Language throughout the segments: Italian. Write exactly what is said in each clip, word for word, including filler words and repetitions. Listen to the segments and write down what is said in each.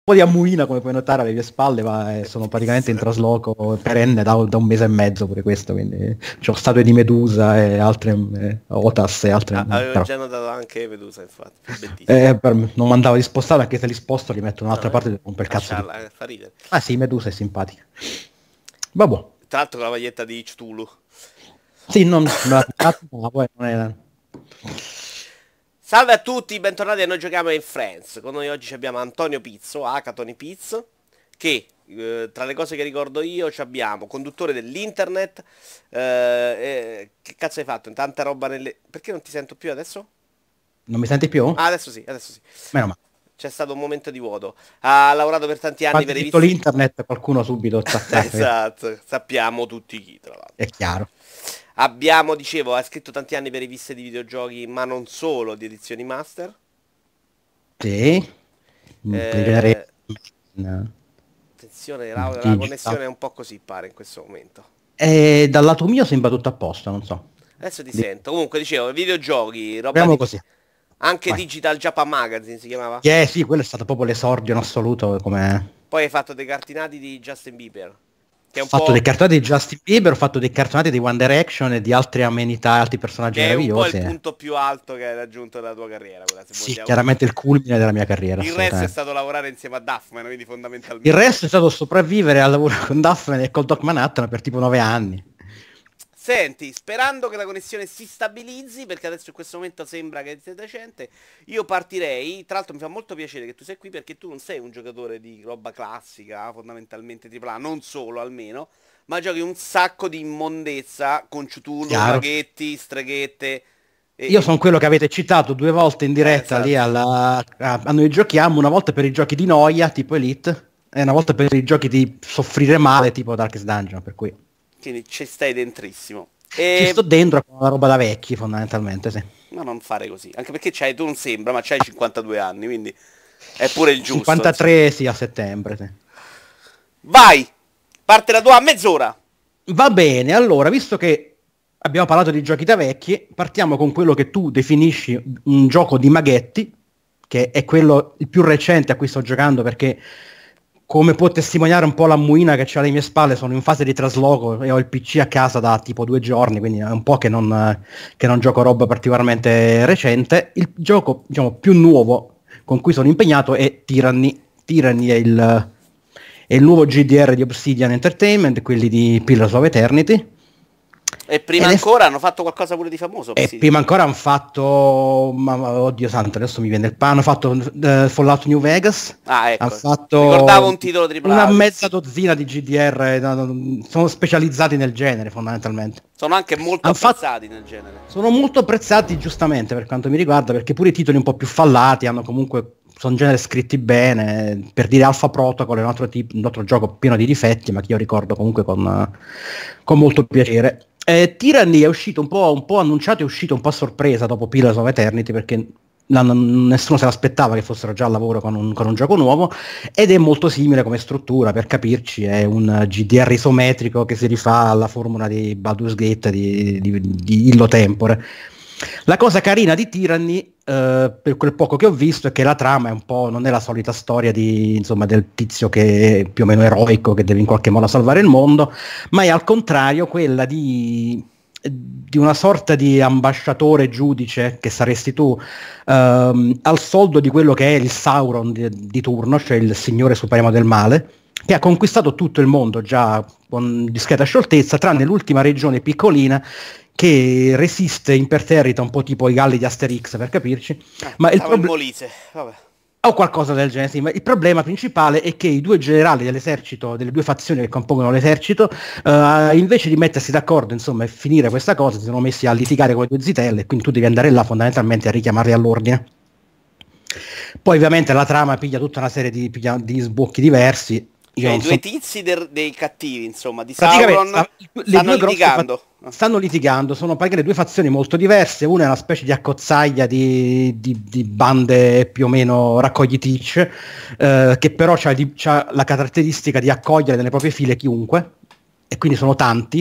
po' di ammuina, come puoi notare, alle mie spalle, ma eh, sono praticamente in trasloco perenne da, da un mese e mezzo pure questo, quindi c'ho statue di Medusa e altre eh, Otas e altre... Ah, avevo però, già notato anche Medusa, infatti, bellissimo. eh, per, non mandavo di spostare, perché se li sposto li metto in un'altra No, parte eh, e un per cazzo di... lasciarla, eh, fa ridere. Ah sì, Medusa è simpatica. Vabbè. Tra l'altro con la maglietta di Cthulhu. Sì, non me la pigliato, ma poi non è... Salve a tutti, bentornati a Noi Giochiamo in Friends. Con noi oggi abbiamo Antonio Pizzo, aka Tony Pizzo, che eh, tra le cose che ricordo io ci abbiamo conduttore dell'internet. Eh, eh, che cazzo hai fatto? Tanta roba nelle... Perché non ti sento più adesso? Non mi senti più? Ah, adesso sì, adesso sì. Meno male. C'è stato un momento di vuoto. Ha lavorato per tanti anni Quando per hai i detto vizi... l'internet qualcuno subito attacca. Esatto, sappiamo tutti chi, tra l'altro. È chiaro. Abbiamo, dicevo, ha scritto tanti anni per riviste di videogiochi, ma non solo, di edizioni master. Sì. In Eh, genere... in attenzione, la, la digital. connessione è un po' così, pare, in questo momento. E dal lato mio sembra tutto a posto, non so. Adesso ti Di- sento. Comunque, dicevo, videogiochi, roba Proviamo di... così. Anche Vai. Digital Japan Magazine si chiamava. Eh sì, quello è stato proprio l'esordio in assoluto, come... Poi hai fatto dei cartinati di Justin Bieber, che è Ho un fatto dei po'... cartonati di Justin Bieber, ho fatto dei cartonati di One Direction e di altre amenità, altri personaggi che è un po' il meravigliosi. punto più alto che hai raggiunto della tua carriera, quella, se Sì, vogliamo. chiaramente il culmine della mia carriera, Il resto è assolutamente. stato lavorare insieme a Duffman, quindi Il fondamentalmente. resto è stato sopravvivere al lavoro con Duffman e col Doc Manhattan per tipo nove anni. Senti, sperando che la connessione si stabilizzi, perché adesso in questo momento sembra che sia decente, io partirei. Tra l'altro mi fa molto piacere che tu sei qui perché tu non sei un giocatore di roba classica, fondamentalmente tripla A, non solo almeno, ma giochi un sacco di immondezza con Cthulhu, Chiaro. maghetti, streghette. E, Io e- sono quello che avete citato due volte in eh, diretta lì esatto. alla... a... a Noi Giochiamo, una volta per i giochi di noia, tipo Elite, e una volta per i giochi di soffrire male, tipo Darkest Dungeon, per cui Quindi ci stai dentrissimo. ci sto E... dentro con una roba da vecchi, fondamentalmente, sì. Ma non fare così, anche perché c'hai, tu non sembra, ma c'hai cinquantadue anni, quindi è pure il giusto, insomma. cinquantatré sì, a settembre, sì. Vai! Parte la tua mezz'ora! Va bene, allora, visto che abbiamo parlato di giochi da vecchi, partiamo con quello che tu definisci un gioco di maghetti, che è quello il più recente a cui sto giocando, perché come può testimoniare un po' la muina che c'è alle mie spalle, sono in fase di trasloco e ho il P C a casa da tipo due giorni, quindi è un po' che non, che non gioco roba particolarmente recente. Il gioco, diciamo, più nuovo con cui sono impegnato è Tyranny. Tyranny è il, è il nuovo G D R di Obsidian Entertainment, quelli di Pillars of Eternity. E prima Ed è ancora hanno fatto qualcosa pure di famoso, e Obsidian. prima ancora hanno fatto, ma, ma- oddio santo, adesso mi viene il pane, hanno fatto eh, Fallout New Vegas, Ah, hanno ecco. Ricordavo fatto un titolo una tripla A. mezza dozzina di G D R, eh, no, no, sono specializzati nel genere fondamentalmente. Sono anche molto Han fatto- apprezzati nel genere. Sono molto apprezzati giustamente per quanto mi riguarda, perché pure i titoli un po' più fallati hanno comunque, sono in genere scritti bene. Per dire Alpha Protocol è un altro, tipo, un altro gioco pieno di difetti, ma che io ricordo comunque con, eh, con molto piacere. Eh, Tyranny è uscito un po', un po' annunciato, è uscito un po' a sorpresa dopo Pillars of Eternity, perché la- non- nessuno se l'aspettava che fossero già al lavoro con un, con un gioco nuovo, ed è molto simile come struttura, per capirci, è un G D R isometrico che si rifà alla formula di Baldur's Gate di, di, di Illo Tempore. La cosa carina di Tyranny, eh, per quel poco che ho visto, è che la trama è un po', non è la solita storia di, insomma, del tizio che è più o meno eroico, che deve in qualche modo salvare il mondo, ma è al contrario quella di, di una sorta di ambasciatore giudice, che saresti tu, ehm, al soldo di quello che è il Sauron di, di turno, cioè il signore supremo del male, che ha conquistato tutto il mondo già con discreta scioltezza, tranne l'ultima regione piccolina che resiste imperterrita, un po' tipo i galli di Asterix, per capirci, Ah, ma il pensavo il problema... Molise. Vabbè. o qualcosa del genere, sì, ma il problema principale è che i due generali dell'esercito, delle due fazioni che compongono l'esercito, eh, invece di mettersi d'accordo, insomma, e finire questa cosa, si sono messi a litigare con le due zitelle, e quindi tu devi andare là fondamentalmente a richiamarli all'ordine. Poi ovviamente la trama piglia tutta una serie di, piglia- di sbocchi diversi. Io Cioè, i non due so... tizi der- dei cattivi, insomma, di Praticamente Sauron sta- le stanno due grosse fa- litigando. Ah. stanno litigando, sono praticamente due fazioni molto diverse, una è una specie di accozzaglia di, di- di bande più o meno raccogliticce, eh, che però ha la caratteristica di accogliere nelle proprie file chiunque, e quindi sono tanti,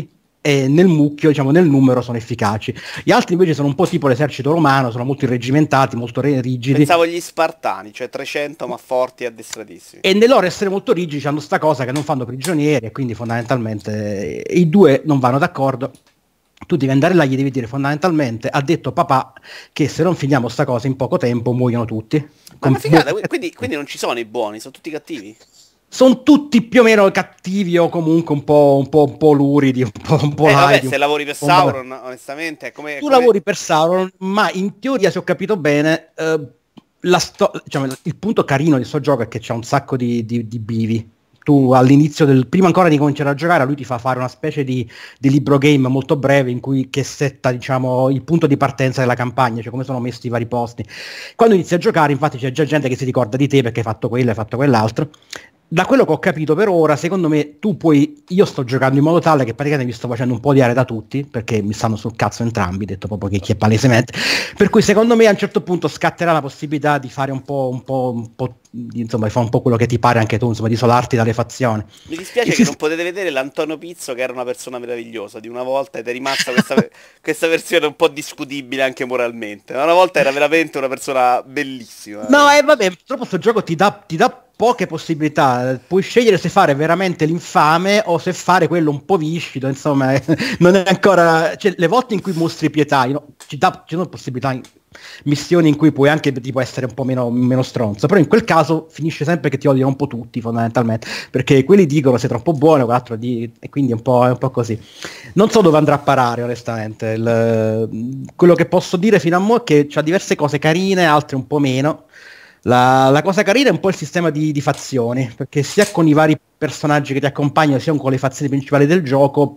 e nel mucchio, diciamo nel numero, sono efficaci. Gli altri invece sono un po' tipo l'esercito romano, sono molto irregimentati, molto rigidi. Pensavo gli spartani, cioè trecento ma forti e addestratissimi. E nel loro essere molto rigidi hanno sta cosa che non fanno prigionieri, e quindi fondamentalmente eh, i due non vanno d'accordo. Tu devi andare là, gli devi dire fondamentalmente, ha detto papà che se non finiamo sta cosa in poco tempo muoiono tutti. Ma una figata, quindi, quindi non ci sono i buoni, sono tutti cattivi? Sono tutti più o meno cattivi o comunque un po', un po', un po' luridi, un po', un po' eh, vabbè, laidi, se lavori per Sauron, onestamente, è come... Tu come... lavori per Sauron, ma in teoria, se ho capito bene, eh, la sto- diciamo, il punto carino di sto gioco è che c'è un sacco di, di, di bivi. Tu all'inizio del... prima ancora di cominciare a giocare, lui ti fa fare una specie di, di libro game molto breve in cui che setta, diciamo, il punto di partenza della campagna, cioè come sono messi i vari posti. Quando inizi a giocare, infatti, c'è già gente che si ricorda di te perché hai fatto quello, hai fatto quell'altro. Da quello che ho capito per ora, secondo me tu puoi, io sto giocando in modo tale che praticamente mi sto facendo un po' odiare da tutti, perché mi stanno sul cazzo entrambi, detto proprio che chi è palesemente, per cui secondo me a un certo punto scatterà la possibilità di fare un po', un po', un po' di, insomma, di fare un po' quello che ti pare anche tu, insomma, di isolarti dalle fazioni. Mi dispiace E che si... non potete vedere l'Antonio Pizzo, che era una persona meravigliosa di una volta, ed è rimasta questa, questa versione un po' discutibile anche moralmente. Una volta era veramente una persona bellissima. No, e eh, vabbè, purtroppo questo gioco ti dà, ti dà poche possibilità, puoi scegliere se fare veramente l'infame o se fare quello un po' viscido, insomma, non è ancora, cioè, le volte in cui mostri pietà, no, ci dà, ci sono possibilità, missioni in cui puoi anche tipo essere un po' meno, meno stronzo, però in quel caso finisce sempre che ti odiano un po' tutti fondamentalmente, perché quelli dicono sei troppo buono, quell'altro di... e quindi è un po', è un po' così. Non so dove andrà a parare onestamente, il, quello che posso dire fino a mo' è che c'ha diverse cose carine, altre un po' meno. La, la cosa carina è un po' il sistema di, di fazioni, perché sia con i vari personaggi che ti accompagnano, sia con le fazioni principali del gioco,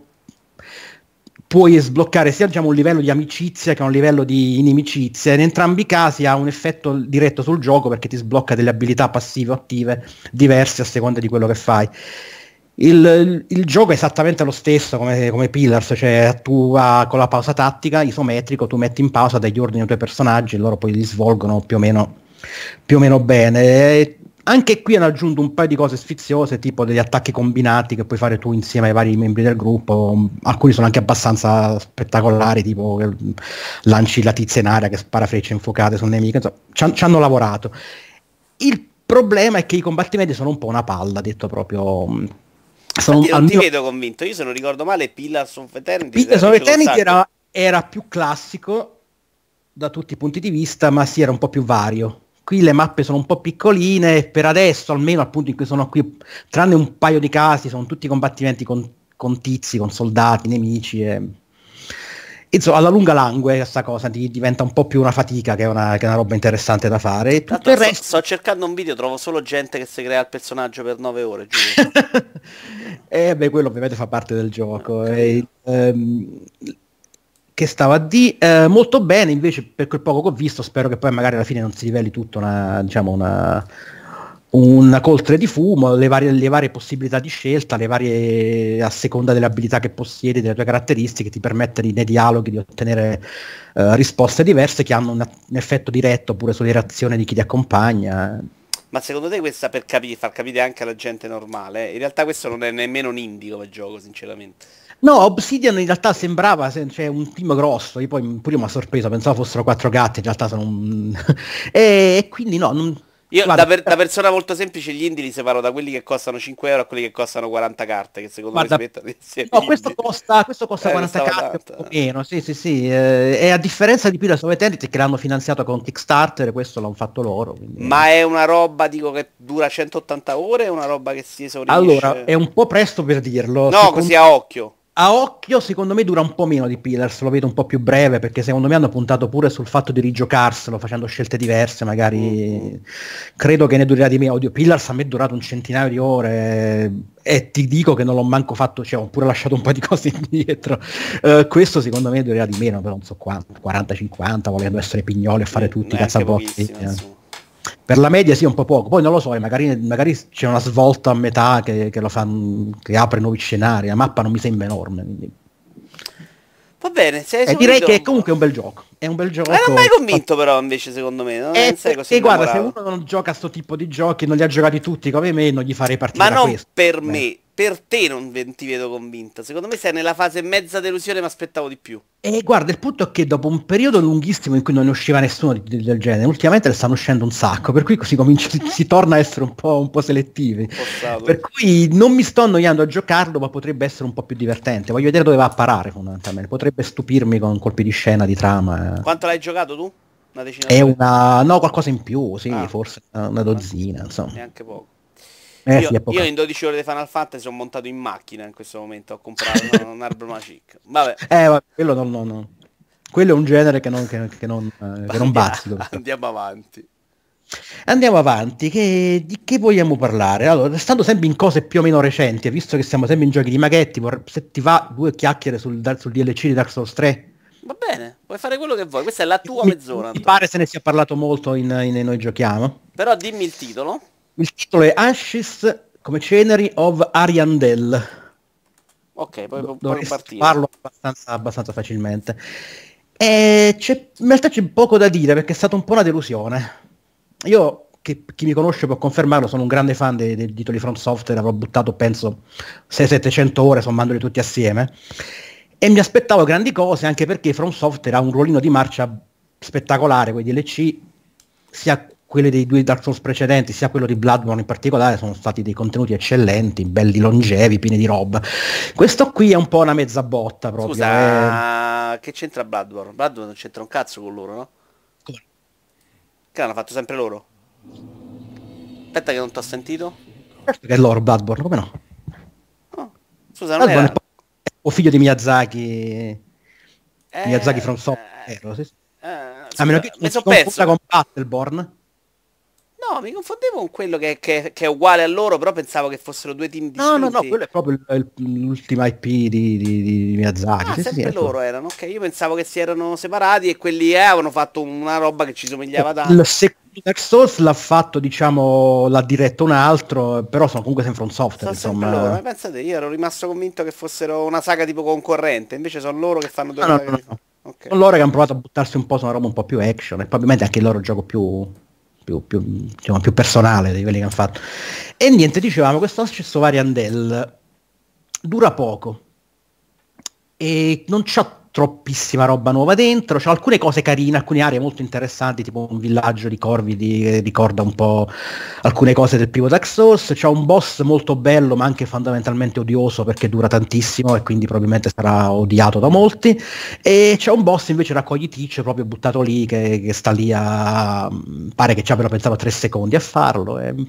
puoi sbloccare sia diciamo, un livello di amicizia che un livello di inimicizia. In entrambi i casi ha un effetto diretto sul gioco perché ti sblocca delle abilità passive o attive diverse a seconda di quello che fai. Il, il, il gioco è esattamente lo stesso come, come Pillars, cioè tu uh, con la pausa tattica isometrico tu metti in pausa degli ordini ai tuoi personaggi e loro poi li svolgono più o meno più o meno bene. E anche qui hanno aggiunto un paio di cose sfiziose, tipo degli attacchi combinati che puoi fare tu insieme ai vari membri del gruppo. Alcuni sono anche abbastanza spettacolari, tipo che lanci la tizia in aria che spara frecce infuocate sul nemico. Insomma, ci, ci hanno lavorato. Il problema è che i combattimenti sono un po' una palla, detto proprio. Sono, non ti mio... vedo convinto. Io se non ricordo male Pillars of Eternity, Pillars of Eternity era, era più classico da tutti i punti di vista, ma sì, era un po' più vario. Qui le mappe sono un po' piccoline, per adesso, almeno al punto in cui sono qui, tranne un paio di casi, sono tutti combattimenti con, con tizi, con soldati, nemici. E... Insomma, alla lunga langue questa cosa ti diventa un po' più una fatica che una, che una roba interessante da fare. E tutto il resto... sto, sto cercando un video, trovo solo gente che si crea il personaggio per nove ore, giuro. E beh, quello ovviamente fa parte del gioco. E, ehm, che stava a di eh, molto bene invece per quel poco che ho visto, spero che poi magari alla fine non si riveli tutto una, diciamo una, una coltre di fumo, le varie, le varie possibilità di scelta, le varie a seconda delle abilità che possiedi, delle tue caratteristiche, ti permettono nei dialoghi di ottenere eh, risposte diverse che hanno un, un effetto diretto pure sulle reazioni di chi ti accompagna. Ma secondo te questa per capire, far capire anche alla gente normale, in realtà questo non è nemmeno un indie come gioco, sinceramente. No, Obsidian in realtà sembrava cioè, un team grosso, io poi pure mi ha sorpreso, pensavo fossero quattro gatti, in realtà sono un... e, e quindi no, non... Io guarda, da, per, da persona molto semplice gli indie li separo da quelli che costano cinque euro a quelli che costano quaranta carte, che secondo guarda, me si mettono insieme. No, questo costa, questo costa eh, quaranta carte o meno, sì sì sì, eh, e a differenza di Pillars of Eternity che l'hanno finanziato con Kickstarter, questo l'hanno fatto loro. Quindi... Ma è una roba, dico, che dura centottanta ore, è una roba che si esaurisce? Allora, è un po' presto per dirlo. No, secondo... così a occhio. A occhio secondo me dura un po' meno di Pillars, lo vedo un po' più breve perché secondo me hanno puntato pure sul fatto di rigiocarselo facendo scelte diverse, magari mm-hmm. Credo che ne durerà di meno. Oddio, Pillars a me è durato un centinaio di ore e ti dico che non l'ho manco fatto, cioè ho pure lasciato un po' di cose indietro. Uh, questo secondo me durerà di meno, però non so quanto, quaranta cinquanta, volendo essere pignoli e fare tutti i cazzabotti. Per la media sì, un po' poco, poi non lo so, magari, magari c'è una svolta a metà che, che lo fa, che apre nuovi scenari, la mappa non mi sembra enorme. Quindi... Va bene, sei eh, direi che comunque è un bel gioco. È un bel gioco. Ma non mai convinto però invece secondo me. Non eh, sei così e guarda, se uno non gioca a sto tipo di giochi, non li ha giocati tutti come me, non gli farei partire Ma da non questo. per me, per te non ve- ti vedo convinto. Secondo me sei nella fase mezza delusione, mi aspettavo di più. E guarda, il punto è che dopo un periodo lunghissimo in cui non ne usciva nessuno di- di- del genere, ultimamente ne stanno uscendo un sacco, per cui si, comincia, si, si torna a essere un po', un po' selettivi. Forzato. Per cui non mi sto annoiando a giocarlo, ma potrebbe essere un po' più divertente. Voglio vedere dove va a parare, fondamentalmente. Potrebbe stupirmi con colpi di scena, di trama. Quanto l'hai giocato tu? Una decina È d'ore? una... no, qualcosa in più, sì, Ah. forse una, una dozzina, insomma. Neanche poco. Eh, io, sì, è poca. io in dodici ore di Final Fantasy sono montato in macchina in questo momento. Ho comprato un, un Arbor Magic. Vabbè. Eh, vabbè, quello non, non- non- quello è un genere che non, che, che non, eh, che non bazzico. Andiamo avanti. Andiamo avanti, che, di che vogliamo parlare? Allora, stando sempre in cose più o meno recenti, visto che siamo sempre in giochi di maghetti, vorrei- se ti va due chiacchiere sul, sul D L C di Dark Souls tre. Va bene, puoi fare quello che vuoi. Questa è la tua Mi, mezz'ora. mi Antonio. pare se ne sia parlato molto in, in Noi Giochiamo. Però dimmi il titolo. Il titolo è Ashes come ceneri of Ariandel. Ok, poi puoi Dovresti partire. farlo abbastanza, abbastanza facilmente. E c'è, in realtà c'è poco da dire perché è stata un po' una delusione. Io, che chi mi conosce può confermarlo, sono un grande fan dei, dei titoli From Software, avrò buttato penso seicento settecento ore sommandoli tutti assieme e mi aspettavo grandi cose, anche perché From Software ha un ruolino di marcia spettacolare, quei D L C, sia quelli dei due Dark Souls precedenti, sia quello di Bloodborne in particolare, sono stati dei contenuti eccellenti, belli longevi, pieni di roba. Questo qui è un po' una mezza botta proprio. Scusa, eh. che c'entra Bloodborne? Bloodborne non c'entra un cazzo con loro, no? Come? Che l'hanno fatto sempre loro? Aspetta che non ti ho sentito. Certo che è loro Bloodborne, come no? Oh, scusa, non Bloodborne era... è un po' figlio di Miyazaki, Eh, Miyazaki From Software, eh, vero, sì. eh, A meno scusa, che mi non si sono confunda perso. con Battleborn. No, mi confondevo con quello che, che- che è uguale a loro, però pensavo che fossero due team No, no, no, distinti. quello è proprio il- il- l'ultima I P di, di, di Miyazaki. Ah, Sì, sì, sì, sempre è quello. loro erano, ok. Io pensavo che si erano separati e quelli eh, avevano fatto una roba che ci somigliava Il tanto. secondo Dark Souls l'ha fatto, diciamo, l'ha diretto un altro, però sono comunque sempre un software, Sono sempre loro, insomma. ma pensate, io ero rimasto convinto che fossero una saga tipo concorrente, invece sono loro che fanno due No, no, saghe no, di... no. Ok. Sono loro che hanno provato a buttarsi un po' su una roba un po' più action e probabilmente anche il loro gioco più, più, più, diciamo, più personale di quelli che hanno fatto. E niente, dicevamo, questo accesso Variandel dura poco e non c'ha troppissima roba nuova dentro, c'ha alcune cose carine, alcune aree molto interessanti, tipo un villaggio di corvi di, che ricorda un po' alcune cose del primo Dark Souls, c'ha un boss molto bello ma anche fondamentalmente odioso perché dura tantissimo e quindi probabilmente sarà odiato da molti, e c'è un boss invece raccogliticcio proprio buttato lì che, che sta lì a... pare che ci abbiano pensato tre secondi a farlo e...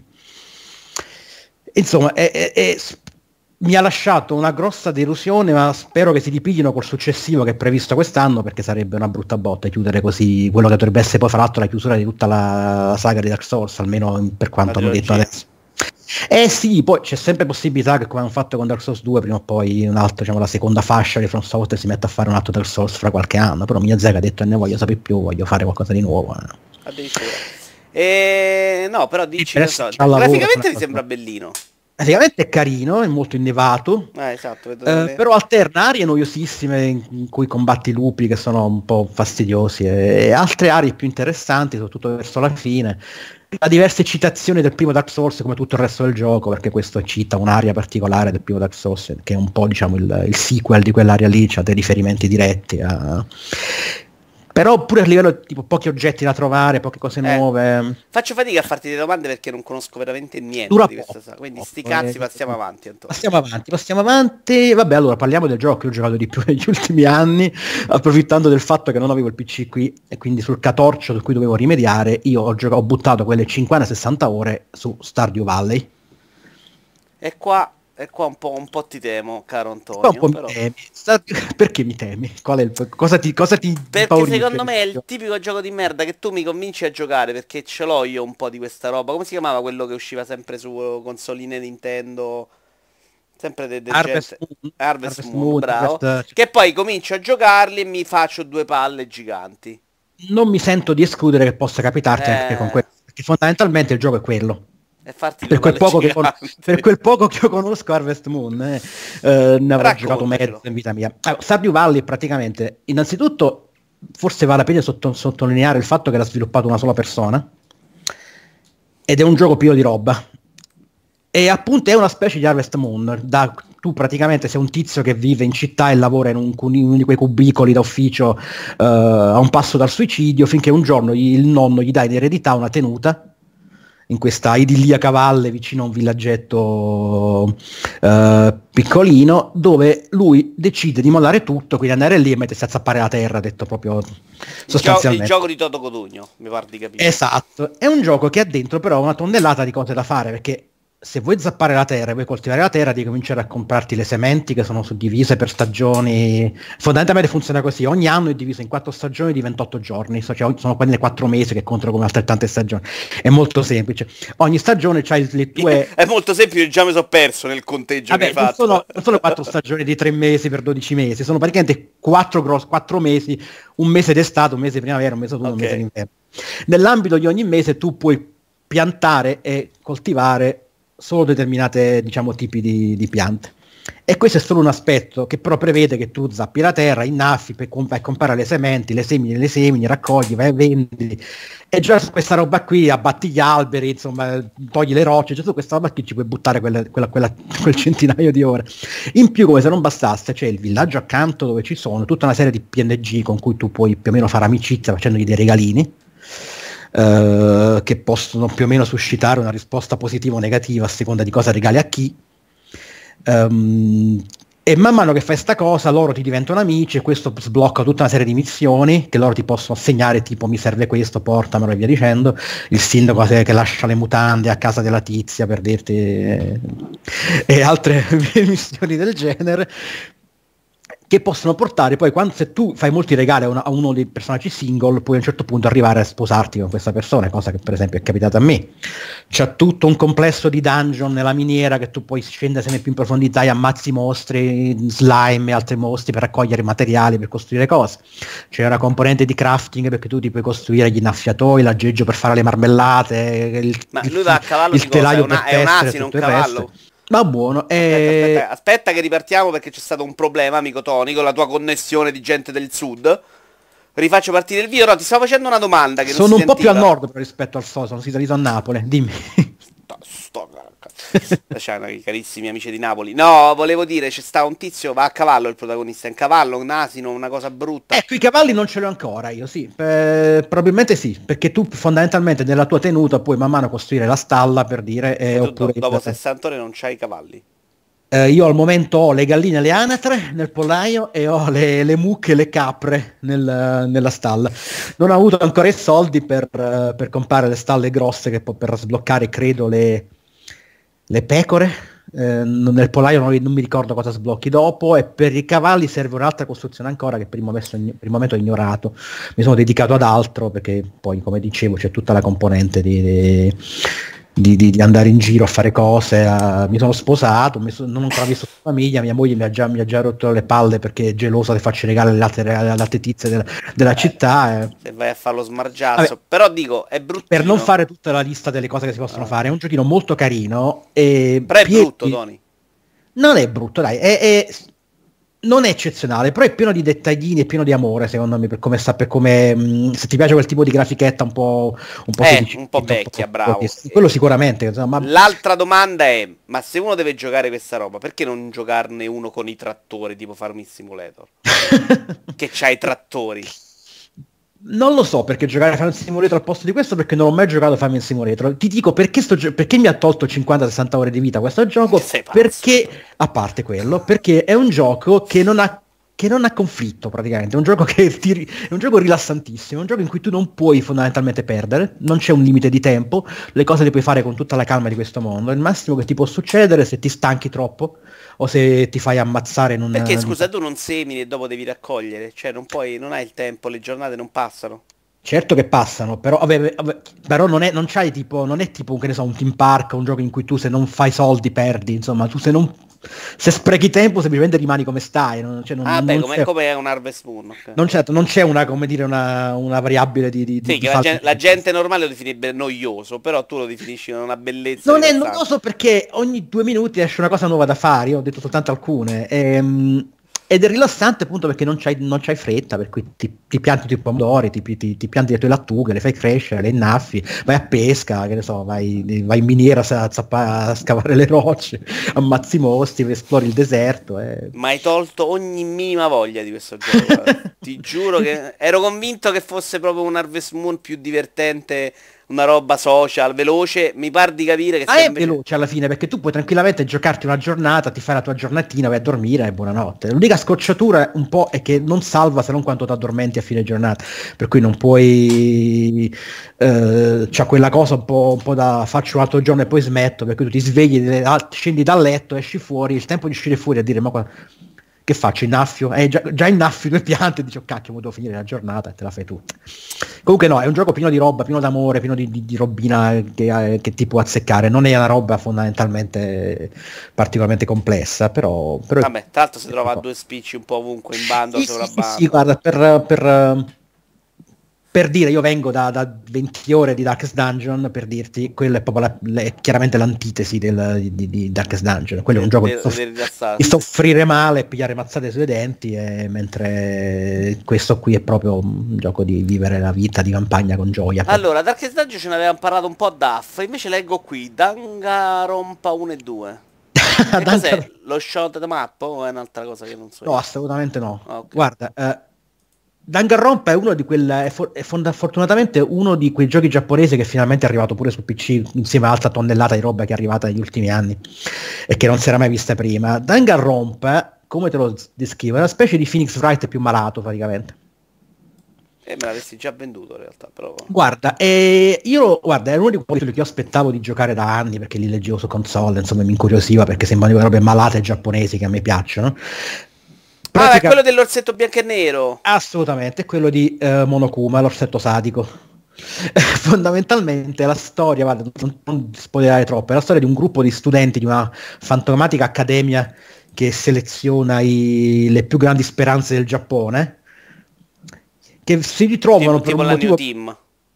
insomma è, è, è mi ha lasciato una grossa delusione, ma spero che si ripiglino col successivo che è previsto quest'anno, perché sarebbe una brutta botta chiudere così quello che dovrebbe essere poi fra l'altro la chiusura di tutta la saga di Dark Souls, almeno per quanto hanno detto adesso. Eh sì, poi c'è sempre possibilità che come hanno fatto con Dark Souls due, prima o poi un'altra, diciamo la seconda fascia di From Software si metta a fare un altro Dark Souls fra qualche anno, però Miyazaki ha detto ne voglio sapere più, voglio fare qualcosa di nuovo. Eh. Addirittura. E... no, però dici, non so, lavoro, graficamente mi sembra bellino. Praticamente è carino, è molto innevato, Eh, esatto, vedo eh, delle- però alterna aree noiosissime in, in cui combatti i lupi che sono un po' fastidiosi e, e altre aree più interessanti, soprattutto verso la fine. Ha diverse citazioni del primo Dark Souls come tutto il resto del gioco, perché questo cita un'area particolare del primo Dark Souls, che è un po' diciamo il, il sequel di quell'area lì, c'ha dei riferimenti diretti a... Però pure a livello tipo pochi oggetti da trovare, poche cose Eh. nuove. Faccio fatica a farti delle domande perché non conosco veramente niente Dura di questa poco, saga. Quindi sti poco, cazzi, eh. passiamo avanti, Antonio. Passiamo avanti, passiamo avanti. Vabbè, allora parliamo del gioco che ho giocato di più negli ultimi anni, approfittando del fatto che non avevo il P C qui e quindi sul catorcio su cui dovevo rimediare, io ho, giocato, ho buttato quelle cinquanta sessanta ore su Stardew Valley. E qua, e qua un po', un po' ti temo, caro Qua Antonio. un po' Però... mi temi. Sta- Perché mi temi? Qual è il... Cosa ti, cosa ti Perché impaurisce secondo me è questo il tipico gioco di merda che tu mi convinci a giocare perché ce l'ho io un po' di questa roba. Come si chiamava quello che usciva sempre su consoline Nintendo? Sempre de, de Harvest gente. Moon, Harvest, Harvest Moon, Moon, bravo. Harvest- Che poi comincio a giocarli e mi faccio due palle giganti. Non mi sento di escludere che possa capitarti anche con Eh, questo, perché fondamentalmente il gioco è quello. e farti Per due quel, palle poco che con- giganti. per quel poco che io conosco Harvest Moon, eh, eh, ne avrò giocato Raccontacelo. mezzo in vita mia. Allora, Stardew Valley praticamente, innanzitutto, forse vale la pena sotto- sottolineare il fatto che l'ha sviluppato una sola persona, ed è un gioco pieno di roba. E appunto è una specie di Harvest Moon. Da, tu praticamente sei un tizio che vive in città e lavora in, un, in uno di quei cubicoli da ufficio uh, a un passo dal suicidio, finché un giorno gli, il nonno gli dà in eredità una tenuta in questa idilliaca valle vicino a un villaggetto uh, piccolino, dove lui decide di mollare tutto, quindi andare lì e mettersi a zappare la terra, detto proprio sostanzialmente. Il gioco di Toto Cotugno, mi pare di capire. Esatto, è un gioco che ha dentro però una tonnellata di cose da fare, perché se vuoi zappare la terra e vuoi coltivare la terra, devi cominciare a comprarti le sementi che sono suddivise per stagioni. Fondamentalmente funziona così: ogni anno è diviso in quattro stagioni di ventotto giorni, cioè sono quelle quattro mesi che contano come altrettante stagioni. È molto semplice. Ogni stagione c'hai le tue... È molto semplice, già mi sono perso nel conteggio. Vabbè, che hai fatto. Non sono, non sono quattro stagioni di tre mesi per dodici mesi, sono praticamente quattro, gross- quattro mesi, un mese d'estate, un mese di primavera, un mese d'autunno, okay, un mese d'inverno. Nell'ambito di ogni mese tu puoi piantare e coltivare solo determinate, diciamo, tipi di, di piante, e questo è solo un aspetto che però prevede che tu zappi la terra, innaffi, per comp- vai a comprare le sementi, le semini, le semini, raccogli, vai e vendi, e già su questa roba qui abbatti gli alberi, insomma togli le rocce, già su questa roba qui ci puoi buttare quella, quella, quella, quel centinaio di ore. In più, come se non bastasse, c'è il villaggio accanto dove ci sono tutta una serie di P N G con cui tu puoi più o meno fare amicizia facendogli dei regalini, Uh, che possono più o meno suscitare una risposta positiva o negativa a seconda di cosa regali a chi, um, e man mano che fai sta cosa loro ti diventano amici e questo sblocca tutta una serie di missioni che loro ti possono assegnare, tipo mi serve questo, portamelo e via dicendo. Il sindaco che lascia le mutande a casa della tizia, per dirti, eh, e altre missioni del genere, che possono portare poi, quando, se tu fai molti regali a, una, a uno dei personaggi single, puoi a un certo punto arrivare a sposarti con questa persona, cosa che per esempio è capitata a me. C'è tutto un complesso di dungeon nella miniera che tu puoi scendere sempre più in profondità e ammazzi mostri, slime e altri mostri per raccogliere materiali, per costruire cose. C'è una componente di crafting perché tu ti puoi costruire gli innaffiatoi, l'aggeggio per fare le marmellate, il, ma lui va a cavallo il di cosa? telaio È, una, per è un tessere, asino, un tutto il cavallo? resto. Ma buono, aspetta, eh... aspetta, aspetta che ripartiamo perché c'è stato un problema, amico Tony, con la tua connessione di gente del sud. Rifaccio partire il video. No, ti stavo facendo una domanda che sono non un si po' più sentiva. a nord però rispetto al so, sono salito a Napoli, dimmi. Sto, sto, C'è carissimi amici di Napoli. No, volevo dire, c'è sta un tizio, va a cavallo il protagonista, è un cavallo, un asino, una cosa brutta. Ecco, i cavalli non ce li ho ancora io, sì, eh, probabilmente sì, perché tu fondamentalmente nella tua tenuta puoi man mano costruire la stalla, per dire, eh, oppure... Do- dopo sessanta ore non c'hai i cavalli. Eh, io al momento ho le galline e le anatre nel pollaio e ho le, le mucche e le capre nel, nella stalla. Non ho avuto ancora i soldi per, uh, per comprare le stalle grosse che po- per sbloccare, credo, le... le pecore, eh, nel pollaio non, non mi ricordo cosa sblocchi dopo, e per i cavalli serve un'altra costruzione ancora che per il, momento, per il momento ho ignorato. Mi sono dedicato ad altro perché poi, come dicevo, c'è tutta la componente di, di, di, di, di andare in giro a fare cose. A, mi sono sposato, mi so, non ho ancora visto la famiglia, mia moglie mi ha già, mi ha già rotto le palle perché è gelosa che faccio regali alle altre, alle altre tizie della, della eh, città. Eh. Se vai a fare lo smargiazzo. Vabbè, però dico, è bruttino. Per non fare tutta la lista delle cose che si possono ah. fare, è un giochino molto carino. E però è piedi... brutto, Tony. Non è brutto, dai, è... è... non è eccezionale, però è pieno di dettaglini e pieno di amore, secondo me, per come sta, per come mh, se ti piace quel tipo di grafichetta un po' un po', eh, sedici, un po' vecchia, un po', bravo. Po', quello sicuramente, insomma. L'altra domanda è: ma se uno deve giocare questa roba, perché non giocarne uno con i trattori, tipo Farming Simulator? Che c'ha i trattori. Non lo so perché giocare a Farming Simulator al posto di questo, perché non ho mai giocato a Farming Simulator. Ti dico perché, sto gio- perché mi ha tolto cinquanta sessanta ore di vita questo gioco, perché, a parte quello, perché è un gioco che non ha che non ha conflitto praticamente, è un gioco che ti, è un gioco rilassantissimo, è un gioco in cui tu non puoi fondamentalmente perdere, non c'è un limite di tempo, le cose le puoi fare con tutta la calma di questo mondo. Il massimo che ti può succedere se ti stanchi troppo o se ti fai ammazzare in un... Perché scusa, tu non semini e dopo devi raccogliere, cioè non puoi, non hai il tempo, le giornate non passano. Certo che passano, però, vabbè, vabbè, però non è, non c'hai tipo, non è tipo, che ne so, un Team Park, un gioco in cui tu se non fai soldi perdi, insomma, tu se non, se sprechi tempo semplicemente rimani come stai. Non, cioè, non, ah beh, non come, come un Harvest Moon. Okay. Non, certo, non c'è una, come dire, una, una variabile di... di sì, di che la gente, la gente normale lo definisce noioso, però tu lo definisci una bellezza. Non è noioso perché ogni due minuti esce una cosa nuova da fare, io ho detto soltanto alcune. Ehm, ed è rilassante appunto perché non c'hai, non c'hai fretta, per cui ti, ti pianti i tuoi pomodori, ti, ti, ti pianti le tue lattughe, le fai crescere, le innaffi, vai a pesca, che ne so, vai, vai in miniera a, a, a scavare le rocce, ammazzi i mostri, esplori il deserto. Eh. Ma hai tolto ogni minima voglia di questo gioco. Guarda. Ti giuro che ero convinto che fosse proprio un Harvest Moon più divertente, una roba social, veloce. Mi par di capire che ah, è invece... veloce alla fine, perché tu puoi tranquillamente giocarti una giornata, ti fai la tua giornatina, vai a dormire e buonanotte. L'unica scocciatura un po' è che non salva se non quando ti addormenti a fine giornata, per cui non puoi eh, c'ha quella cosa un po', un po' da faccio un altro giorno e poi smetto, perché tu ti svegli, scendi dal letto, esci fuori, il tempo di uscire fuori a dire ma qua che faccio, innaffio? Eh, già, già innaffi due piante e dici oh cacchio, devo finire la giornata e te la fai tutta. Comunque no, è un gioco pieno di roba, pieno d'amore, pieno di, di, di robina che, eh, che ti può azzeccare. Non è una roba fondamentalmente particolarmente complessa, però... però Vabbè, tra l'altro si trova a due spicci un po' ovunque, in bando, sì, sopra sì, bando. sì, sì, guarda, per... per per dire, io vengo da, da venti ore di Darkest Dungeon, per dirti, quello è proprio la, la, è chiaramente l'antitesi del, di, di Darkest Dungeon. Quello è un gioco di, soff- di soffrire male, pigliare mazzate sui denti, e mentre questo qui è proprio un gioco di vivere la vita di campagna con gioia. Allora, Darkest Dungeon ce ne avevamo parlato un po' Daff, invece leggo qui, Danganronpa uno e due. Che cos'è? Lo shot the map o è un'altra cosa che non so io? No, assolutamente no. Okay. Guarda, eh, Danganronpa è uno di quel è, for- è fond- fortunatamente uno di quei giochi giapponesi che finalmente è arrivato pure su P C insieme a altra tonnellata di roba che è arrivata negli ultimi anni e che non si era mai vista prima. Danganronpa, come te lo descrivo, è una specie di Phoenix Wright più malato praticamente. E me l'avessi già venduto in realtà, però... Guarda, eh, io guarda, è uno di quelli che io aspettavo di giocare da anni perché li leggevo su console, insomma mi incuriosiva perché sembrano robe malate giapponesi che a me piacciono. Pratica... Ah, è quello dell'orsetto bianco e nero. Assolutamente, è quello di uh, Monokuma, l'orsetto sadico. Fondamentalmente la storia, guarda, non, non spoilerare troppo, è la storia di un gruppo di studenti di una fantomatica accademia che seleziona i, le più grandi speranze del Giappone, che si ritrovano tipo, per tipo un la motivo... New Team.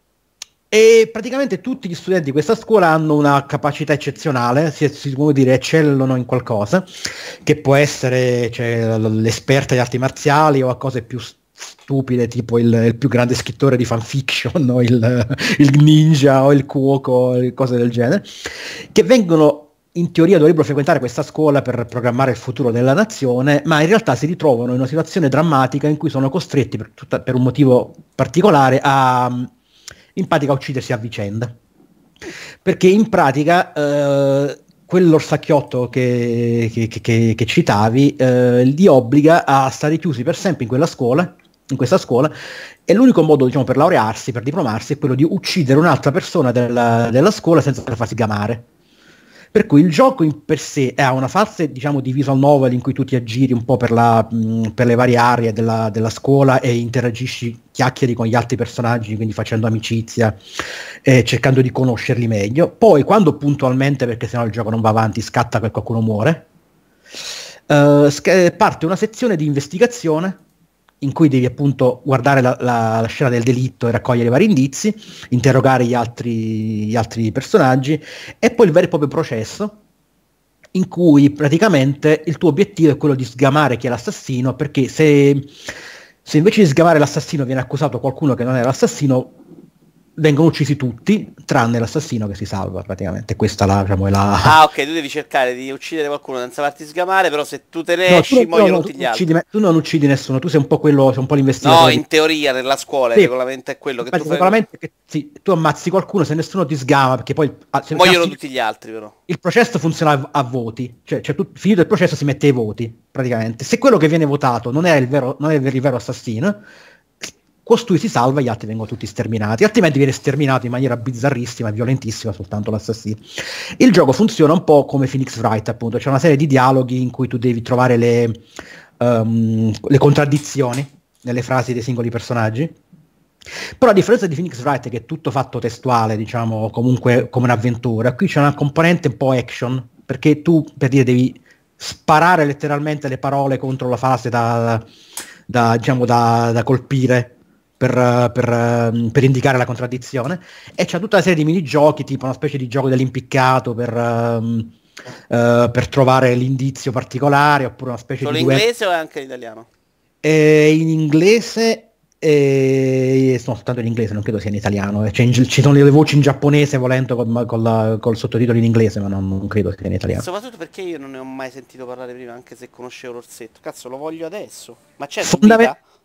E praticamente tutti gli studenti di questa scuola hanno una capacità eccezionale, si, si può dire eccellono in qualcosa, che può essere cioè, l'esperta di arti marziali o a cose più stupide, tipo il, il più grande scrittore di fanfiction o il, il ninja o il cuoco, cose del genere, che vengono in teoria dovrebbero frequentare questa scuola per programmare il futuro della nazione, ma in realtà si ritrovano in una situazione drammatica in cui sono costretti per, tutta, per un motivo particolare a... in pratica a uccidersi a vicenda, perché in pratica eh, quell'orsacchiotto che, che, che, che citavi eh, li obbliga a stare chiusi per sempre in quella scuola, in questa scuola, e l'unico modo diciamo per laurearsi, per diplomarsi, è quello di uccidere un'altra persona della, della scuola senza farsi gamare. Per cui il gioco in per sé ha una fase diciamo di visual novel in cui tu ti aggiri un po' per, la, mh, per le varie aree della, della scuola e interagisci, chiacchieri con gli altri personaggi, quindi facendo amicizia e cercando di conoscerli meglio. Poi quando puntualmente, perché sennò il gioco non va avanti, scatta che qualcuno muore, uh, sc- parte una sezione di investigazione in cui devi appunto guardare la, la, la scena del delitto e raccogliere vari indizi, interrogare gli altri, gli altri personaggi, e poi il vero e proprio processo in cui praticamente il tuo obiettivo è quello di sgamare chi è l'assassino, perché se, se invece di sgamare l'assassino viene accusato qualcuno che non è l'assassino, vengono uccisi tutti, tranne l'assassino che si salva praticamente. Questa la, diciamo, è la... Ah, ok, tu devi cercare di uccidere qualcuno senza farti sgamare, però se tu te ne no, esci, tu, muoiono no, no, tutti tu gli altri. Uccidi, tu non uccidi nessuno, tu sei un po' quello, sei un po' l'investigatore. No, in teoria, nella scuola, sì, il regolamento è quello che tu il fai. regolamento è che sì, tu ammazzi qualcuno se nessuno ti sgama, perché poi... Se, muoiono se, tutti gli altri, però. Il processo funziona a, a voti, cioè, cioè tu, finito il processo si mette ai voti, praticamente. Se quello che viene votato non è il vero, non è il vero assassino, costui si salva, gli altri vengono tutti sterminati, altrimenti viene sterminato in maniera bizzarrissima e violentissima soltanto l'assassino. Il gioco funziona un po' come Phoenix Wright, appunto, c'è una serie di dialoghi in cui tu devi trovare le, um, le contraddizioni nelle frasi dei singoli personaggi. Però a differenza di Phoenix Wright, che è tutto fatto testuale, diciamo, comunque come un'avventura, qui c'è una componente un po' action, perché tu, per dire, devi sparare letteralmente le parole contro la fase da, da diciamo, da, da colpire per, per, per indicare la contraddizione, e c'è tutta una serie di minigiochi, tipo una specie di gioco dell'impiccato per... Um, uh, per trovare l'indizio particolare, oppure una specie Solo di in duetto. inglese o è anche in italiano? E in inglese, e... no, soltanto in inglese, non credo sia in italiano. Cioè, in- ci sono le voci in giapponese volendo col, col, la- col sottotitolo in inglese, ma non, non credo sia in italiano. Soprattutto perché io non ne ho mai sentito parlare prima, anche se conoscevo l'orsetto. Cazzo, lo voglio adesso. Ma c'è su Fondament- Vita?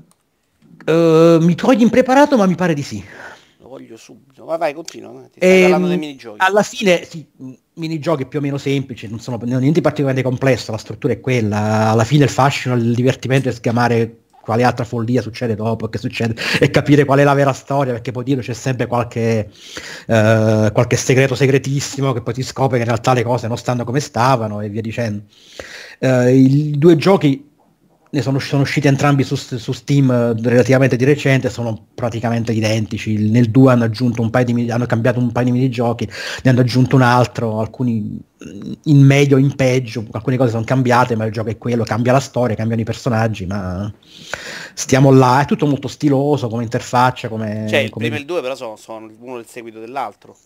Uh, mi togli impreparato, ma mi pare di sì. Lo voglio subito. Vai, vai, continua. eh, Ti stai parlando dei Ehm, minigiochi. alla fine, sì, mh, minigiochi più o meno semplici, non sono non- niente di particolarmente complesso, la struttura è quella. Alla fine il fascino, il divertimento è sgamare quale altra follia succede dopo, che succede, e capire qual è la vera storia, perché poi dietro c'è sempre qualche, eh, qualche segreto segretissimo che poi ti scopre che in realtà le cose non stanno come stavano e via dicendo. Eh, I due giochi ne sono, sono usciti entrambi su, su Steam eh, relativamente di recente, sono praticamente identici. Nel due hanno aggiunto un paio di mini- hanno cambiato un paio di minigiochi, ne hanno aggiunto un altro, alcuni in meglio, in peggio, alcune cose sono cambiate, ma il gioco è quello, cambia la storia, cambiano i personaggi, ma stiamo là, è tutto molto stiloso come interfaccia, come... Cioè, il come... primo e il due però sono, sono uno il seguito dell'altro.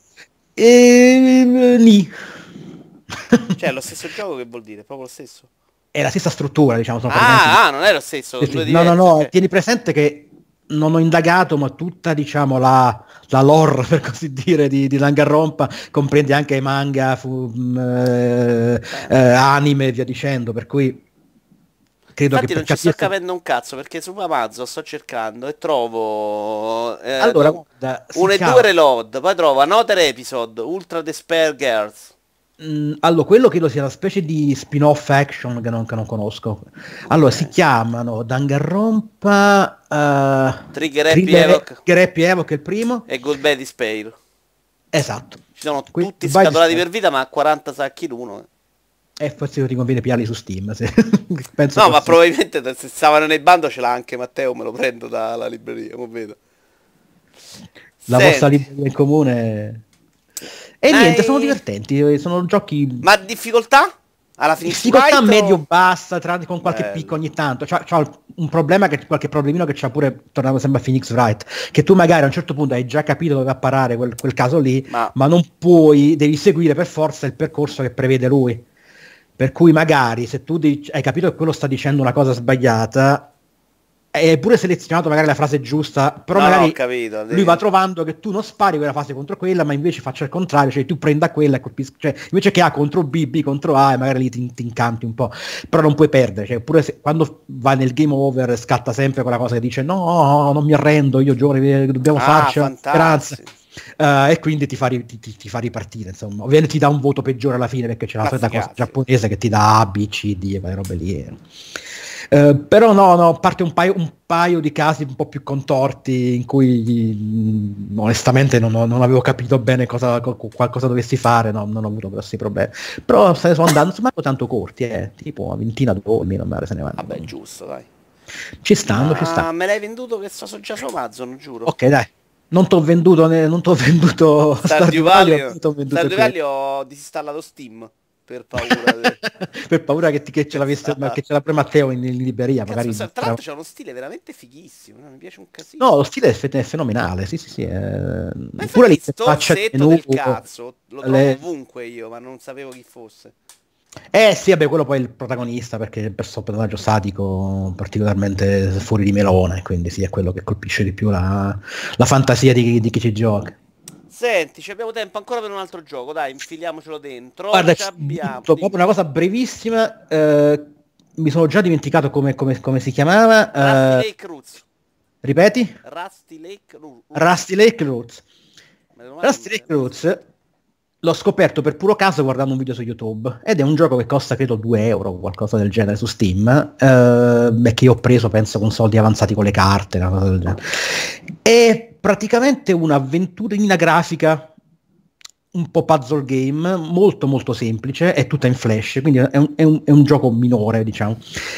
E... Nì. Cioè, è lo stesso gioco, che vuol dire? Proprio lo stesso. È la stessa struttura, diciamo, sono praticamente... Ah, ah, non è lo stesso, Sì, sono sì. due No, no, diversi, no, ok. tieni presente che non ho indagato, ma tutta, diciamo, la, la lore, per così dire, di, di Danganronpa comprende anche manga, fu, mh, eh, eh, anime e via dicendo, per cui credo che Infatti per non ci sto capire... capendo un cazzo, perché su Amazon sto cercando e trovo eh, Allora, do- guarda, si uno e chiama... due reload, poi trovo Another Episode, Ultra Despair Girls. Mm, allora, quello credo sia una specie di spin-off action che non, che non conosco. Allora, si Ok. chiamano Danganronpa, uh, Trigger Happy Thriller, Evoc Trigger Happy Evoc è il primo. e Goodbye Despair. Esatto. Ci sono Que- tutti vai di scatolati spec- per vita, ma a quaranta sacchi l'uno. E forse ti conviene piarli su Steam. Se... Penso No, ma fosse... probabilmente se stavano nel bando ce l'ha anche Matteo, me lo prendo dalla libreria, mo vedo. La vostra Senti, libreria in comune. E niente, sono hai... divertenti. eh, Sono giochi ma difficoltà? Alla Phoenix difficoltà Wright o... medio-bassa, tra- con qualche picco Bello. ogni tanto. C'ha, c'ha un problema, che qualche problemino che c'ha pure, tornando sempre a Phoenix Wright, che tu magari a un certo punto hai già capito dove va a parare quel, quel caso lì, Ma ma non puoi, devi seguire per forza il percorso che prevede lui. Per cui magari se tu dici- hai capito che quello sta dicendo una cosa sbagliata, hai pure selezionato magari la frase giusta, però no, no, ho magari capito. lui va trovando che tu non spari quella fase contro quella, ma invece faccia il contrario, cioè tu prenda quella e colpisci, cioè invece che A contro B, B contro A, e magari lì ti, ti incanti un po', però non puoi perdere, cioè pure se, quando va nel game over scatta sempre quella cosa che dice no, non mi arrendo, io giovane, dobbiamo Ah, farci la speranza. fantastico. Uh, e quindi ti fa, ri- ti, ti- ti fa ripartire, insomma. Ovviamente ti dà un voto peggiore alla fine perché c'è la Ma solita sti cosa cazzi. giapponese che ti dà A, B, C, D e quelle robe lì. Uh, però no, no, a parte un paio, un paio di casi un po' più contorti in cui mh, onestamente non, ho- non avevo capito bene cosa, co- qualcosa dovessi fare, no, non ho avuto grossi problemi. Però se ne sono andando, insomma, tanto corti, eh, tipo una ventina d'ore, non me se ne vanno. Vabbè, giusto, dai. Ci stanno, ci Ma stanno. me l'hai venduto che sto so già su Amazon, giuro. Ok, dai. Non t'ho venduto, ne- non t'ho venduto Stardew Stardew Valley, Valley, ma t'ho venduto Stardew quello. Valley ho disinstallato Steam per paura de... Per paura che, ti- che ce l'avesse, ma che ce l'ha pure Matteo in, in libreria, Cazzo, magari. sa- tra l'altro c'ha uno stile veramente fighissimo, no? Mi piace un casino. No, lo stile è, fe- è fenomenale, sì, sì, sì. eh, Ma Pure infatti sto l'interfaccia di orsetto menu, del cazzo, lo trovo le- ovunque io, ma non sapevo chi fosse. Eh sì, vabbè, quello poi è il protagonista perché è il perso- personaggio sadico particolarmente fuori di melone, quindi sì, è quello che colpisce di più la, la fantasia di, di chi ci gioca. Senti, ci abbiamo tempo ancora per un altro gioco, dai, infiliamocelo dentro. Guarda, Ci ci abbiamo. butto Dimmi. proprio una cosa brevissima, eh, mi sono già dimenticato come, come- come si chiamava. Rusty eh, Lake Roots. ripeti? Rusty Lake Roots. Rusty Lake Roots. Meno male Rusty che- Lake Roots l'ho scoperto per puro caso guardando un video su YouTube ed è un gioco che costa credo due euro o qualcosa del genere su Steam eh, e che io ho preso penso con soldi avanzati con le carte, una cosa del genere. È praticamente un'avventurina grafica un po' puzzle game, molto molto semplice, è tutta in flash, quindi è un, è un- è un gioco minore, diciamo.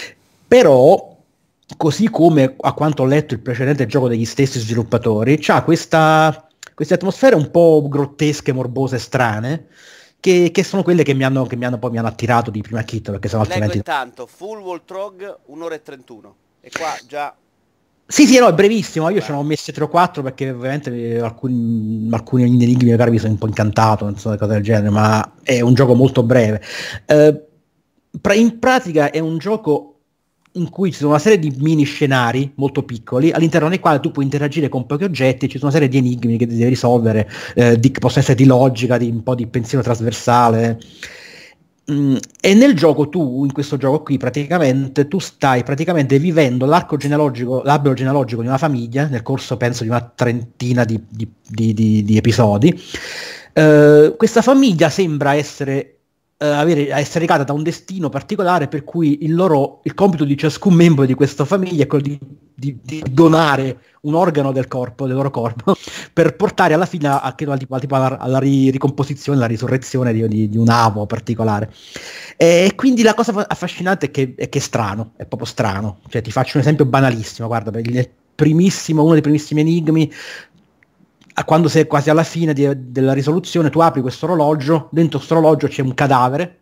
Però, così come a quanto ho letto il precedente gioco degli stessi sviluppatori, c'ha questa, queste atmosfere un po' grottesche, morbose, strane, che, che sono quelle che mi hanno, che mi hanno poi mi hanno attirato di prima hit, perché sennò Leggo altrimenti... intanto, Full Wall Trog, un'ora e trentuno. E qua già... Sì, sì, no, è brevissimo, io Beh. ce ne ho messe tre o quattro perché ovviamente eh, alcuni, alcuni enigmi magari mi sono un po' incantato, insomma, cose del genere, ma è un gioco molto breve. Eh, pra- in pratica è un gioco in cui ci sono una serie di mini scenari molto piccoli, all'interno dei quali tu puoi interagire con pochi oggetti, ci sono una serie di enigmi che devi risolvere, eh, di, che possono essere di logica, di un po' di pensiero trasversale. Mm, e nel gioco tu, in questo gioco qui, praticamente, tu stai praticamente vivendo l'arco genealogico, l'albero genealogico di una famiglia, nel corso penso di una trentina di, di- di- di- di episodi. Eh, questa famiglia sembra essere, eh, avere, essere legata da un destino particolare per cui il loro, il compito di ciascun membro di questa famiglia è quello di, di- di donare un organo del corpo, del loro corpo, per portare alla fine a, a- credo, al tipo, al tipo alla, alla ri- ricomposizione, alla risurrezione di, di- di un avo particolare. E quindi la cosa fa- affascinante è che, è che è strano, è proprio strano. Cioè, ti faccio un esempio banalissimo, guarda, per il primissimo, uno dei primissimi enigmi, a quando sei quasi alla fine di- della risoluzione, tu apri questo orologio, dentro questo orologio c'è un cadavere,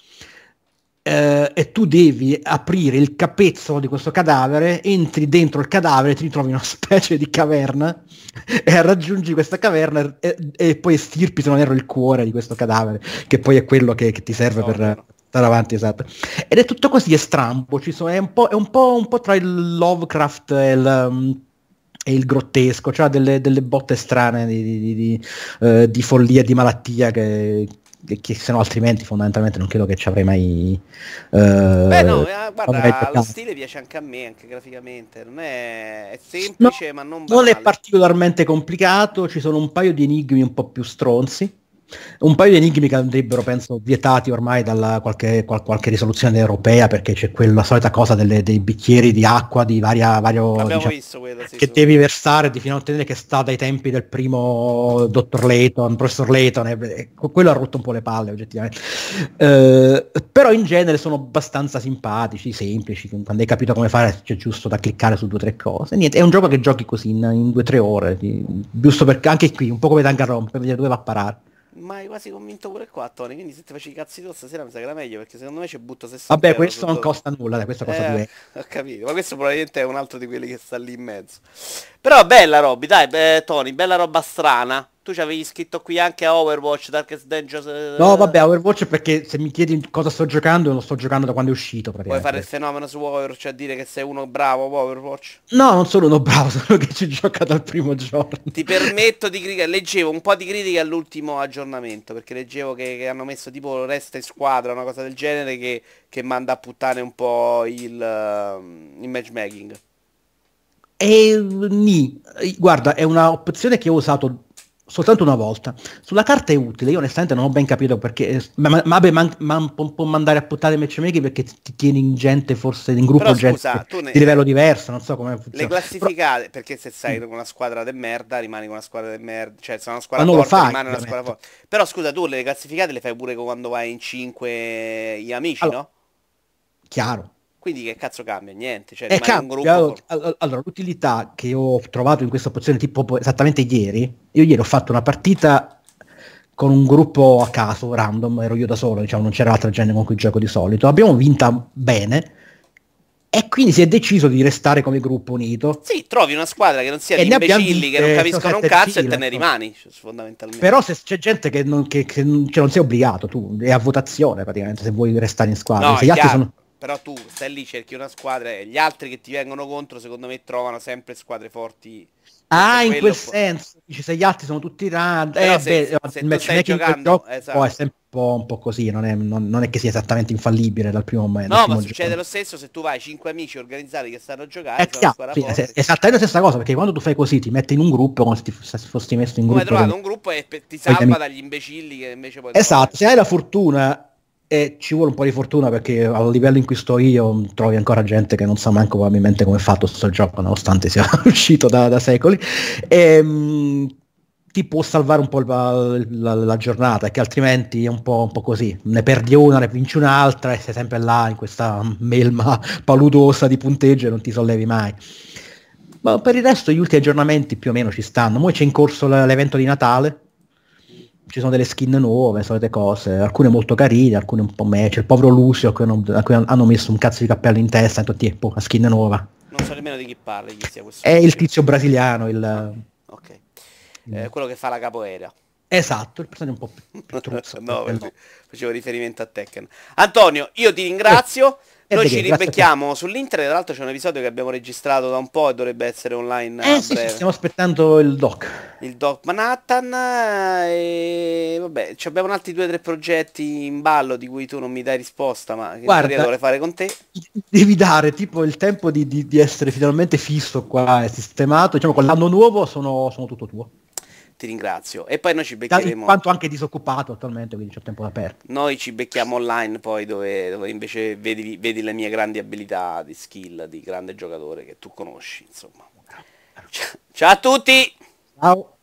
eh, e tu devi aprire il capezzolo di questo cadavere, entri dentro il cadavere, ti ritrovi in una specie di caverna e raggiungi questa caverna e, e poi estirpi, se non erro, il cuore di questo cadavere, che poi è quello che, che ti serve per Organo. stare avanti, esatto. Ed è tutto così, è strambo, ci sono, è, un po', è un po', un po' tra il Lovecraft e il... um, e il grottesco, cioè delle, delle botte strane di, di, di, di, eh, di follia, di malattia che, che, che se no altrimenti fondamentalmente non credo che ci avrei mai eh, Beh no, eh, avrei mai guarda, lo giocato. stile piace anche a me, anche graficamente. Non è, è No, semplice ma non non è banale. particolarmente complicato, ci sono un paio di enigmi un po' più stronzi, un paio di enigmi che andrebbero, penso, vietati ormai dalla qualche, qual- qualche risoluzione europea, perché c'è quella solita cosa delle- dei bicchieri di acqua di varia, vario, L'abbiamo diciamo, visto quello, sì, che su. devi versare di fino a ottenere che sta dai tempi del primo dottor Layton, professor Layton, e, e quello ha rotto un po' le palle oggettivamente. Eh, però in genere sono abbastanza simpatici, semplici, quando hai capito come fare c'è giusto da cliccare su due o tre cose. Niente, è un gioco che giochi così in, in due o tre ore, ti- giusto perché anche qui, un po' come Danganronpa, per vedere dove va a parare. Ma hai quasi convinto pure qua, Tony, quindi se ti facevi i cazzi tu stasera mi sa che era meglio, perché secondo me ci butto sessanta Vabbè, euro su questo non Dota. costa nulla, dai, questo costa Eh, due. ho capito, ma questo probabilmente è un altro di quelli che sta lì in mezzo. Però bella roba, dai, beh, Tony, bella roba strana. Tu ci avevi scritto qui anche a Overwatch, Darkest Dungeons. No, eh, vabbè, Overwatch perché se mi chiedi cosa sto giocando, lo sto giocando da quando è uscito Vuoi fare il praticamente. fenomeno su Overwatch, a dire che sei uno bravo a Overwatch? No, non sono uno bravo, solo che ci gioca dal primo giorno. Ti permetto di criticare, leggevo un po' di critiche all'ultimo aggiornamento, perché leggevo che, che hanno messo tipo resta in squadra, una cosa del genere, che, che manda a puttane un po' il, ehm, il matchmaking. E ni, guarda, è una opzione che ho usato soltanto una volta. Sulla carta è utile, io onestamente non ho ben capito perché, ma, ma, vabbè, man- man- può, può mandare a puttane i matchmaking perché ti ti tieni in gente, forse in gruppo Però gente scusa, tu di ne, livello diverso, non so come le funziona. Però, classificate, perché se sei mm, con una squadra de merda, rimani con una squadra de merda, cioè se è una ma squadra non lo forte, fai, rimane una squadra ovviamente. forte. Però scusa, tu le classificate le fai pure quando vai in cinque gli amici, Allora, no? chiaro. Quindi che cazzo cambia? Niente, cioè E rimani un cambia, gruppo allora, forte. all- allora, l'utilità che ho trovato in questa opzione tipo po- esattamente ieri, io ieri ho fatto una partita con un gruppo a caso, random, ero io da solo, diciamo, non c'era altra gente con cui gioco di solito, abbiamo vinta bene e quindi si è deciso di restare come gruppo unito Sì, trovi una squadra che non sia e di ne abbiamo imbecilli che non vinte capiscono un sette di cazzo e te fila, ne insomma. rimani, cioè, fondamentalmente. Però se c'è gente che non, che, che non, cioè non sei obbligato, tu, è a votazione praticamente se vuoi restare in squadra, No, se è gli altri chiaro. sono... Però tu stai lì, cerchi una squadra e gli altri che ti vengono contro, secondo me, trovano sempre squadre forti. Forse è Ah, in quel quello. po- senso, dici se gli altri sono tutti random, Però eh se, beh, se il tu stai matchmaking del giocando, gioco poi è esatto. sempre un po', un po' così, non è, non- non è che sia esattamente infallibile dal primo, momento, dal No, ma primo succede giorno. lo stesso se tu vai cinque amici organizzati che stanno a È giocare, sono una chiaro, squadra sì, è forte. esattamente la stessa cosa, perché quando tu fai così ti metti in un gruppo come se ti se fossi messo in Come hai gruppo con, trovato un gruppo e pe- ti con gli salva amici. dagli imbecilli che invece puoi trovare. Esatto, se hai la fortuna, e ci vuole un po' di fortuna perché al livello in cui sto io trovi ancora gente che non sa manco probabilmente come è fatto sto gioco, nonostante sia uscito da, da secoli, e, ti può salvare un po' la, la- la giornata, che altrimenti è un po', un po' così, ne perdi una, ne vinci un'altra e sei sempre là in questa melma paludosa di punteggio e non ti sollevi mai. Ma per il resto gli ultimi aggiornamenti più o meno ci stanno. Poi c'è in corso l- l'evento di Natale, ci sono delle skin nuove, solite cose, alcune molto carine, alcune un po' me. C'è il povero Lucio a cui, hanno, a cui hanno messo un cazzo di cappello in testa e tutti, boh, la skin nuova. Non so nemmeno nemmeno di chi parli, chi sia questo. È il tizio brasiliano, il... Ok. Eh, quello che fa la capoeira. Esatto, il personaggio un po' più, più truzzo. No, del- facevo facevo riferimento a Tekken. Antonio, io ti ringrazio. Eh, Noi di ci che, grazie a te. ribecchiamo sull'internet. Tra l'altro c'è un episodio che abbiamo registrato da un po' e dovrebbe essere online Eh a sì, sì, breve. stiamo aspettando il doc. Il Doc Manhattan. E vabbè, ci abbiamo altri due o tre progetti in ballo di cui tu non mi dai risposta, ma che in teoria Guarda, dovrei fare con te. devi dare tipo il tempo di, di- di essere finalmente fisso qua e sistemato. Diciamo con l'anno nuovo sono, sono tutto tuo. Ti ringrazio. E poi noi ci Da- In beccheremo. quanto anche disoccupato attualmente, quindi c'ho tempo da perdere. Noi ci becchiamo online poi dove, dove invece vedi, vedi le mie grandi abilità di skill, di grande giocatore che tu conosci, insomma. Ciao a tutti! Ciao.